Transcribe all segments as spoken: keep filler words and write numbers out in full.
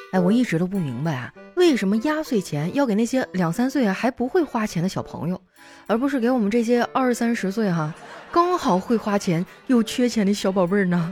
哎，我一直都不明白啊，为什么压岁钱要给那些两三岁啊还不会花钱的小朋友，而不是给我们这些二三十岁哈、啊、刚好会花钱又缺钱的小宝贝儿呢？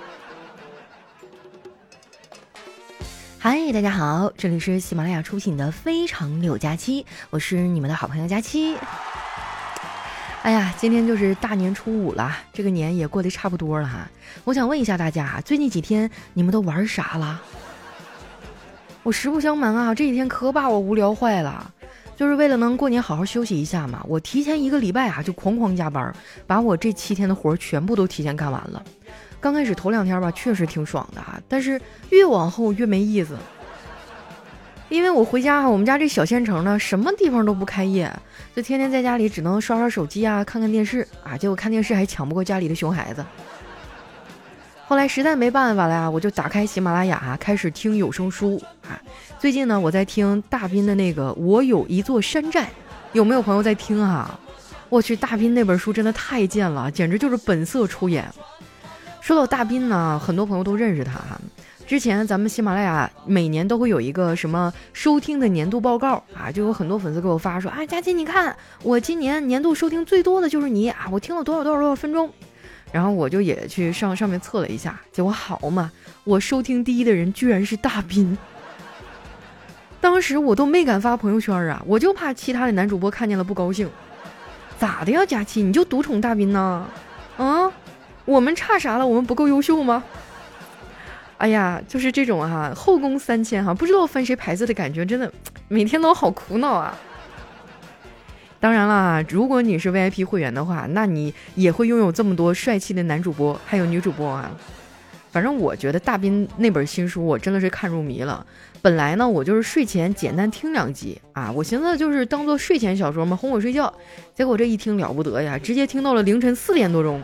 嗨，大家好，这里是喜马拉雅出品的非常六加七，我是你们的好朋友佳期。哎呀，今天就是大年初五了，这个年也过得差不多了哈。我想问一下大家，最近几天你们都玩啥了？我实不相瞒啊，这几天可把我无聊坏了。就是为了能过年好好休息一下嘛，我提前一个礼拜啊就哐哐加班，把我这七天的活全部都提前干完了。刚开始头两天吧，确实挺爽的啊，但是越往后越没意思。因为我回家哈，我们家这小县城呢，什么地方都不开业，就天天在家里只能刷刷手机啊，看看电视啊，结果看电视还抢不过家里的熊孩子。后来实在没办法了呀，我就打开喜马拉雅、啊、开始听有声书啊。最近呢，我在听大斌的那个《我有一座山寨》，有没有朋友在听啊？我去，大斌那本书真的太贱了，简直就是本色出演。说到大斌呢，很多朋友都认识他哈。之前咱们喜马拉雅每年都会有一个什么收听的年度报告啊，就有很多粉丝给我发说，啊，佳琪你看我今年年度收听最多的就是你啊，我听了多少多少多少分钟。然后我就也去上上面测了一下，结果好嘛，我收听第一的人居然是大斌。当时我都没敢发朋友圈啊，我就怕其他的男主播看见了不高兴。咋的呀，佳琪，你就独宠大斌呢？啊，我们差啥了？我们不够优秀吗？哎呀，就是这种啊，后宫三千哈、啊，不知道翻谁牌子的感觉，真的每天都好苦恼啊。当然啦，如果你是 V I P 会员的话，那你也会拥有这么多帅气的男主播还有女主播啊。反正我觉得大斌那本新书我真的是看入迷了。本来呢我就是睡前简单听两集啊，我寻思就是当做睡前小说嘛，哄我睡觉。结果这一听了不得呀，直接听到了凌晨四点多钟。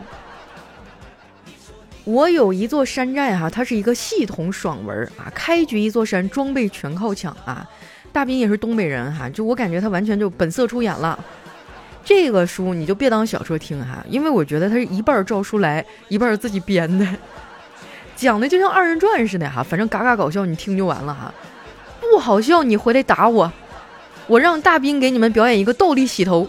我有一座山寨哈、啊，它是一个系统爽文啊，开局一座山，装备全靠抢啊。大斌也是东北人哈，就我感觉他完全就本色出演了。这个书你就别当小说听哈，因为我觉得他是一半照书来，一半自己编的，讲的就像二人转似的哈，反正嘎嘎搞笑，你听就完了哈。不好笑你回来打我，我让大斌给你们表演一个倒立洗头。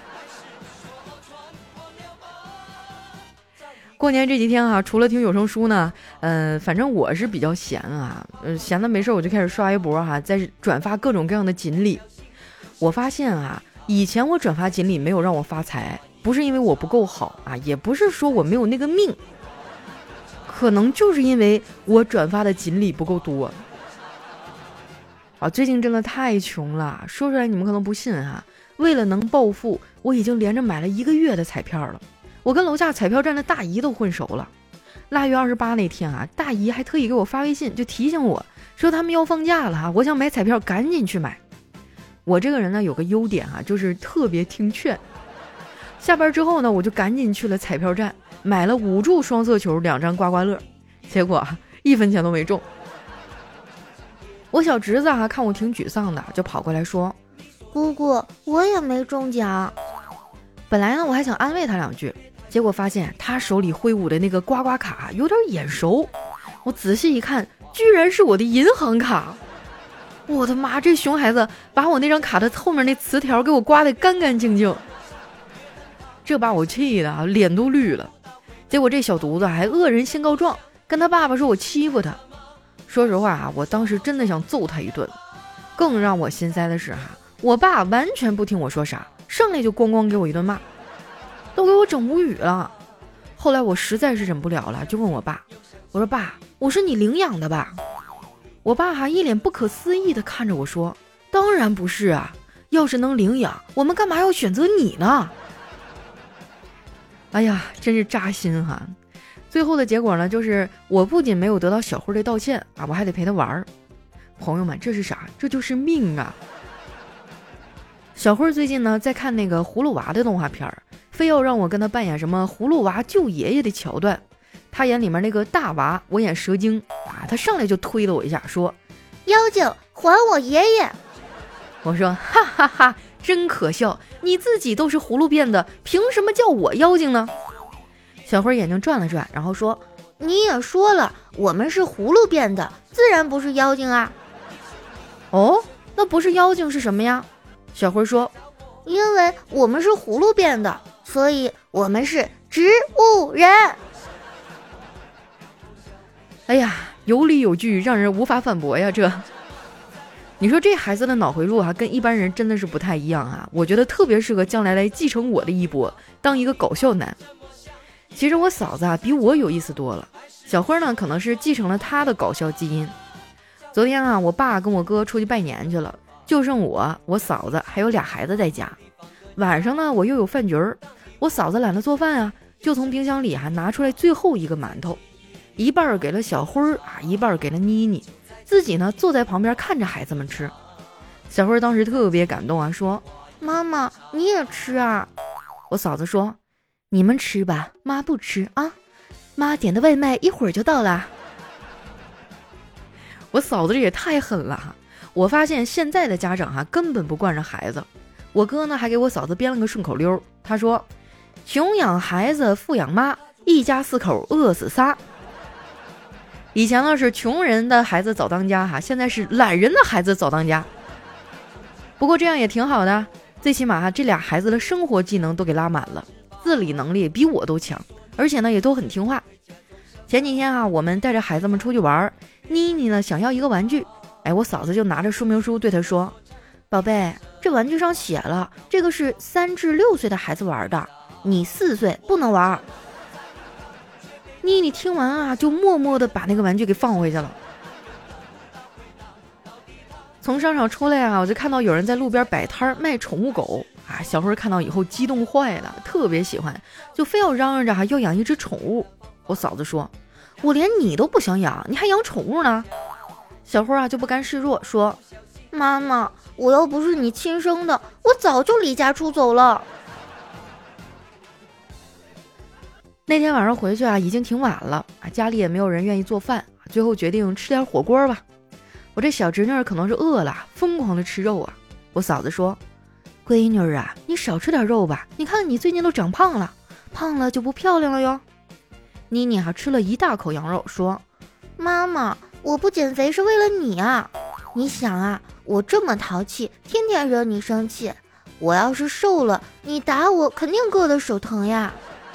过年这几天啊，除了听有声书呢，呃，反正我是比较闲啊，呃，闲的没事我就开始刷微博哈、啊，在转发各种各样的锦鲤。我发现啊，以前我转发锦鲤没有让我发财，不是因为我不够好啊，也不是说我没有那个命，可能就是因为我转发的锦鲤不够多。啊，最近真的太穷了，说出来你们可能不信啊，为了能暴富，我已经连着买了一个月的彩票了。我跟楼下彩票站的大姨都混熟了。腊月二十八那天啊，大姨还特意给我发微信，就提醒我说他们要放假了啊，我想买彩票，赶紧去买。我这个人呢有个优点啊，就是特别听劝。下班之后呢，我就赶紧去了彩票站，买了五注双色球，两张刮刮乐，结果啊一分钱都没中。我小侄子啊看我挺沮丧的，就跑过来说：“ 姑姑，我也没中奖。” 本来呢我还想安慰他两句。结果发现他手里挥舞的那个刮刮卡有点眼熟，我仔细一看，居然是我的银行卡。我的妈，这熊孩子把我那张卡的后面那磁条给我刮得干干净净，这把我气的脸都绿了。结果这小犊子还恶人先告状，跟他爸爸说我欺负他。说实话啊，我当时真的想揍他一顿。更让我心塞的是哈，我爸完全不听我说啥，上来就咣咣给我一顿骂，都给我整无语了。后来我实在是忍不了了，就问我爸，我说爸，我是你领养的吧？我爸还一脸不可思议地看着我说，当然不是啊，要是能领养，我们干嘛要选择你呢？哎呀，真是扎心哈。最后的结果呢，就是我不仅没有得到小慧的道歉啊，我还得陪她玩。朋友们，这是啥？这就是命啊。小慧最近呢在看那个葫芦娃的动画片，非要让我跟他扮演什么葫芦娃救爷爷的桥段。他演里面那个大娃，我演蛇精啊。他上来就推了我一下，说：“ 妖精，还我爷爷！” 我说：“哈哈哈，真可笑！你自己都是葫芦变的，凭什么叫我妖精呢？”小慧眼睛转了转，然后说：“ 你也说了，我们是葫芦变的，自然不是妖精啊。” 哦，那不是妖精是什么呀？小辉说， 因为我们是葫芦变的，所以我们是植物人。 哎呀，有理有据，让人无法反驳呀！这，你说这孩子的脑回路啊，跟一般人真的是不太一样啊。我觉得特别适合将来来继承我的衣钵，当一个搞笑男。其实我嫂子啊，比我有意思多了。小辉呢，可能是继承了他的搞笑基因。昨天啊，我爸跟我哥出去拜年去了，就剩我、我嫂子还有俩孩子在家。晚上呢，我又有饭局儿，我嫂子懒得做饭啊，就从冰箱里啊拿出来最后一个馒头。一半给了小辉儿啊，一半给了妮妮，自己呢坐在旁边看着孩子们吃。小辉当时特别感动啊，说：“ 妈妈，你也吃啊？” 我嫂子说：“你们吃吧，妈不吃啊，妈点的外卖一会儿就到了。”我嫂子这也太狠了哈！我发现现在的家长哈、啊、根本不惯着孩子。我哥呢还给我嫂子编了个顺口溜，他说：“穷养孩子，富养妈，一家四口饿死仨。”以前呢是穷人的孩子早当家哈，现在是懒人的孩子早当家。不过这样也挺好的，最起码哈这俩孩子的生活技能都给拉满了，自理能力比我都强，而且呢也都很听话。前几天啊，我们带着孩子们出去玩，妮妮呢想要一个玩具，哎，我嫂子就拿着说明书对她说：“宝贝，这玩具上写了，这个是三至六岁的孩子玩的，你四岁不能玩。”妮妮听完啊，就默默地把那个玩具给放回去了。从商场出来啊，我就看到有人在路边摆摊卖宠物狗啊。小辉看到以后激动坏了，特别喜欢，就非要嚷嚷着还要养一只宠物。我嫂子说：“我连你都不想养，你还养宠物呢？”小辉啊就不甘示弱，说：“ 妈妈，我要不是你亲生的，我早就离家出走了。” 那天晚上回去啊，已经挺晚了啊，家里也没有人愿意做饭，最后决定吃点火锅吧。我这小侄女可能是饿了，疯狂的吃肉啊。我嫂子说：“闺女啊，你少吃点肉吧，你看你最近都长胖了，胖了就不漂亮了哟。”妮妮啊吃了一大口羊肉，说：“ 妈妈，我不减肥是为了你啊！你想啊，我这么淘气，天天惹你生气，我要是瘦了，你打我肯定硌得手疼呀。”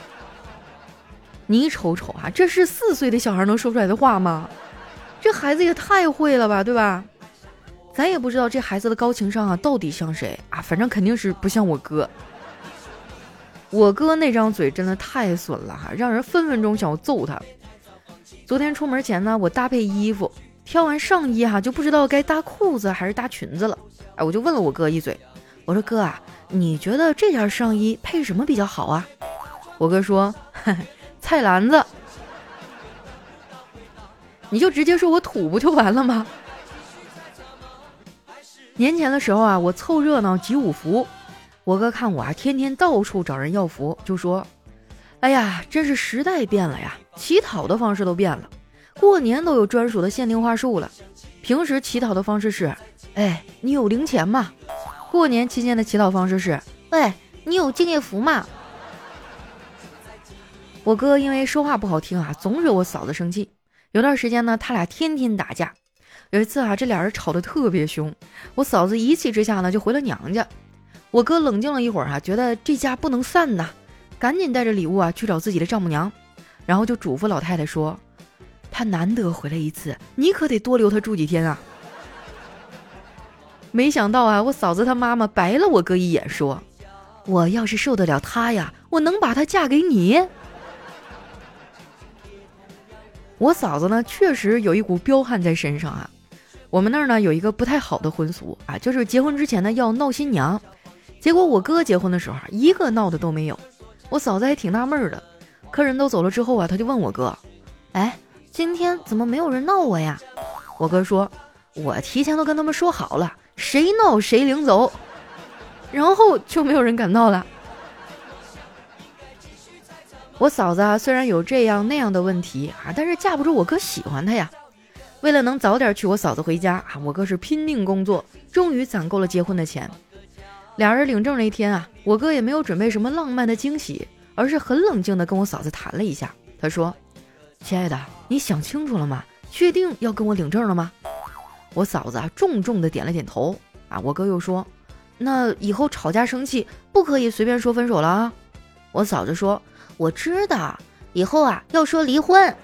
你瞅瞅啊，这是四岁的小孩能说出来的话吗？这孩子也太会了吧，对吧？咱也不知道这孩子的高情商啊到底像谁啊，反正肯定是不像我哥。我哥那张嘴真的太损了哈，让人分分钟想要揍他。昨天出门前呢，我搭配衣服，挑完上衣哈，就不知道该搭裤子还是搭裙子了。哎，我就问了我哥一嘴，我说哥啊，你觉得这件上衣配什么比较好啊？我哥说：“呵呵，菜篮子。”你就直接说我土不就完了吗？年前的时候啊，我凑热闹集五福，我哥看我啊天天到处找人要福，就说：“哎呀，真是时代变了呀，乞讨的方式都变了，过年都有专属的限定话术了。平时乞讨的方式是，哎，你有零钱吗？过年期间的乞讨方式是，喂，你有敬业福吗？”我哥因为说话不好听啊，总惹我嫂子生气。有段时间呢，他俩天天打架。有一次啊，这俩人吵得特别凶，我嫂子一气之下呢就回了娘家。我哥冷静了一会儿啊，觉得这家不能散呐，赶紧带着礼物啊去找自己的丈母娘，然后就嘱咐老太太说：“他难得回来一次，你可得多留他住几天啊。”没想到啊，我嫂子她妈妈白了我哥一眼，说：“我要是受得了他呀，我能把他嫁给你。”我嫂子呢，确实有一股彪悍在身上啊。我们那儿呢有一个不太好的婚俗啊，就是结婚之前呢要闹新娘。结果我哥结婚的时候啊，一个闹的都没有。我嫂子还挺纳闷的，客人都走了之后啊，他就问我哥：“哎，今天怎么没有人闹我呀？”我哥说：“我提前都跟他们说好了，谁闹谁领走。”然后就没有人敢闹了。我嫂子啊，虽然有这样那样的问题啊，但是架不住我哥喜欢她呀。为了能早点娶我嫂子回家啊，我哥是拼命工作，终于攒够了结婚的钱。俩人领证那天啊，我哥也没有准备什么浪漫的惊喜，而是很冷静地跟我嫂子谈了一下。他说：“亲爱的，你想清楚了吗？确定要跟我领证了吗？” 我嫂子啊重重的点了点头啊。我哥又说，那以后吵架生气不可以随便说分手了啊。我嫂子说，我知道，以后啊要说离婚。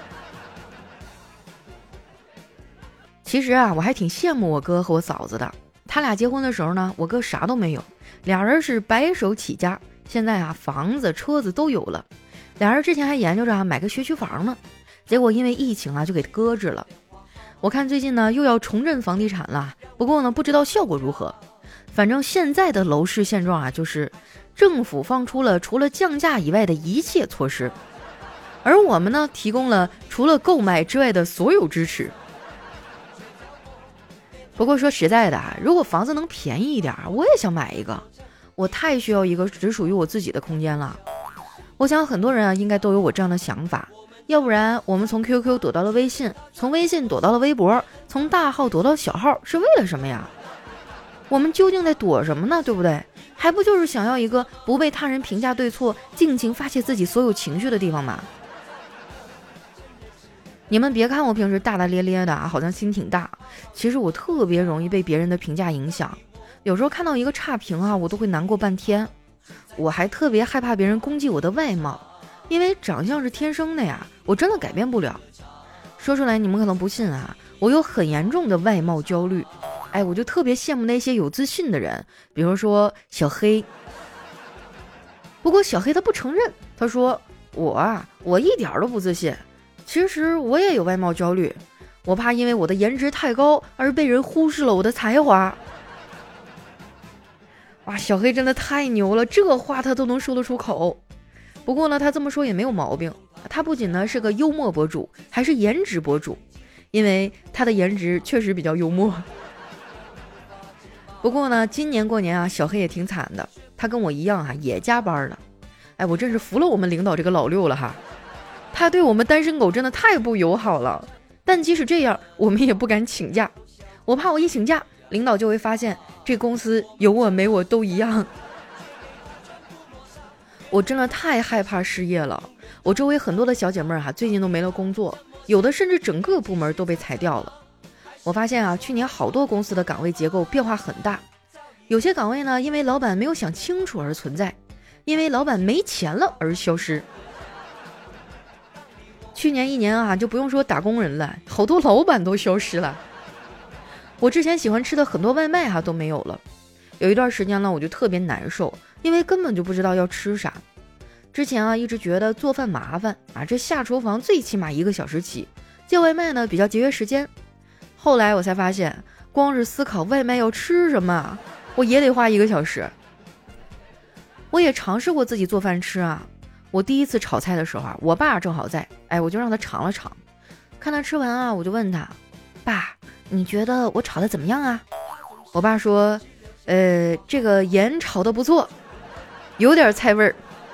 其实啊我还挺羡慕我哥和我嫂子的，他俩结婚的时候呢，我哥啥都没有，俩人是白手起家，现在啊房子车子都有了。俩人之前还研究着啊买个学区房呢，结果因为疫情啊就给搁置了。我看最近呢又要重振房地产了，不过呢不知道效果如何。反正现在的楼市现状啊，就是政府放出了除了降价以外的一切措施，而我们呢提供了除了购买之外的所有支持。不过说实在的啊，如果房子能便宜一点，我也想买一个。我太需要一个只属于我自己的空间了。我想很多人啊应该都有我这样的想法，要不然我们从 Q Q 躲到了微信，从微信躲到了微博，从大号躲到小号，是为了什么呀？我们究竟在躲什么呢？对不对？还不就是想要一个不被他人评价对错，尽情发泄自己所有情绪的地方吗？你们别看我平时大大咧咧的啊，好像心挺大，其实我特别容易被别人的评价影响。有时候看到一个差评啊，我都会难过半天。我还特别害怕别人攻击我的外貌，因为长相是天生的呀，我真的改变不了。说出来你们可能不信啊，我有很严重的外貌焦虑。哎，我就特别羡慕那些有自信的人，比如说小黑。不过小黑他不承认，他说我啊，我一点都不自信。其实我也有外貌焦虑，我怕因为我的颜值太高而被人忽视了我的才华。哇，小黑真的太牛了，这话他都能说得出口。不过呢，他这么说也没有毛病，他不仅呢是个幽默博主，还是颜值博主，因为他的颜值确实比较幽默。不过呢，今年过年啊，小黑也挺惨的，他跟我一样啊，也加班了。哎，我真是服了我们领导这个老六了哈，他对我们单身狗真的太不友好了。但即使这样，我们也不敢请假，我怕我一请假，领导就会发现这公司有我没我都一样。我真的太害怕失业了，我周围很多的小姐妹儿哈，最近都没了工作，有的甚至整个部门都被裁掉了。我发现啊，去年好多公司的岗位结构变化很大，有些岗位呢，因为老板没有想清楚而存在，因为老板没钱了而消失。去年一年啊，就不用说打工人了，好多老板都消失了。我之前喜欢吃的很多外卖哈、啊、都没有了。有一段时间呢，我就特别难受，因为根本就不知道要吃啥。之前啊，一直觉得做饭麻烦啊，这下厨房最起码一个小时起，叫外卖呢比较节约时间。后来我才发现，光是思考外卖要吃什么，我也得花一个小时。我也尝试过自己做饭吃啊。我第一次炒菜的时候啊，我爸正好在，哎，我就让他尝了尝。看他吃完啊，我就问他，爸，你觉得我炒的怎么样啊？我爸说，呃，这个盐炒的不错，有点菜味儿。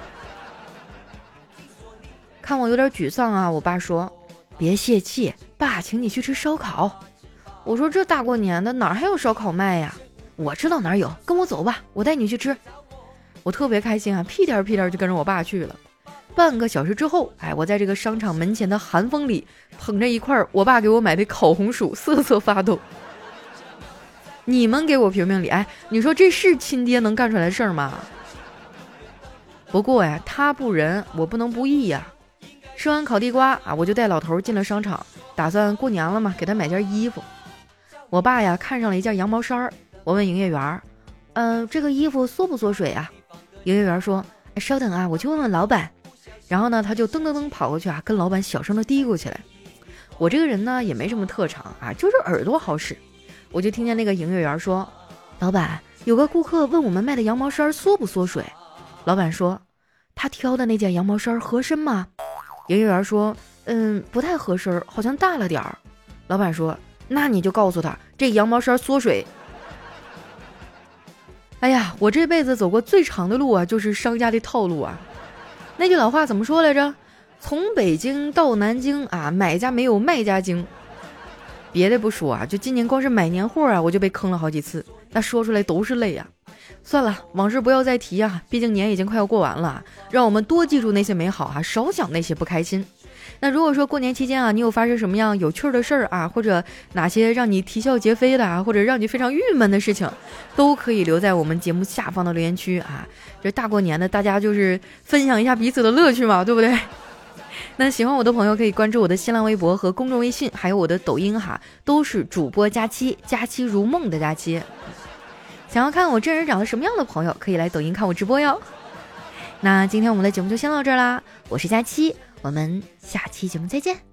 看我有点沮丧啊，我爸说，别泄气，爸请你去吃烧烤。我说这大过年的哪儿还有烧烤卖呀？我知道哪儿有，跟我走吧，我带你去吃。我特别开心啊，屁颠屁颠就跟着我爸去了。半个小时之后，哎，我在这个商场门前的寒风里，捧着一块我爸给我买的烤红薯，瑟瑟发抖。你们给我评评理，哎，你说这是亲爹能干出来的事儿吗？不过呀，他不仁，我不能不义呀。吃完烤地瓜啊，我就带老头进了商场，打算过年了嘛，给他买件衣服。我爸呀看上了一件羊毛衫儿，我问营业员，呃，这个衣服缩不缩水啊？营业员说，哎，稍等啊，我去问问老板。然后呢，他就噔噔噔跑过去啊，跟老板小声的嘀咕起来。我这个人呢也没什么特长啊，就是耳朵好使。我就听见那个营业员说，老板，有个顾客问我们卖的羊毛衫缩不缩水。老板说，他挑的那件羊毛衫合身吗？营业员说，嗯，不太合身，好像大了点儿。老板说，那你就告诉他这羊毛衫缩水。哎呀，我这辈子走过最长的路啊，就是商家的套路啊。那句老话怎么说来着？从北京到南京啊，买家没有卖家精。别的不说啊，就今年光是买年货啊，我就被坑了好几次，那说出来都是泪啊。算了，往事不要再提啊，毕竟年已经快要过完了，让我们多记住那些美好啊，少想那些不开心。 那如果说过年期间啊，你有发生什么样有趣的事儿啊，或者哪些让你啼笑皆非的啊，或者让你非常郁闷的事情，都可以留在我们节目下方的留言区啊。这大过年的，大家就是分享一下彼此的乐趣嘛，对不对？那喜欢我的朋友可以关注我的新浪微博和公众微信，还有我的抖音哈，都是主播佳期，佳期如梦的佳期。想要看我真人长得什么样的朋友，可以来抖音看我直播哟。那今天我们的节目就先到这儿啦，我是佳期，我们下期节目再见。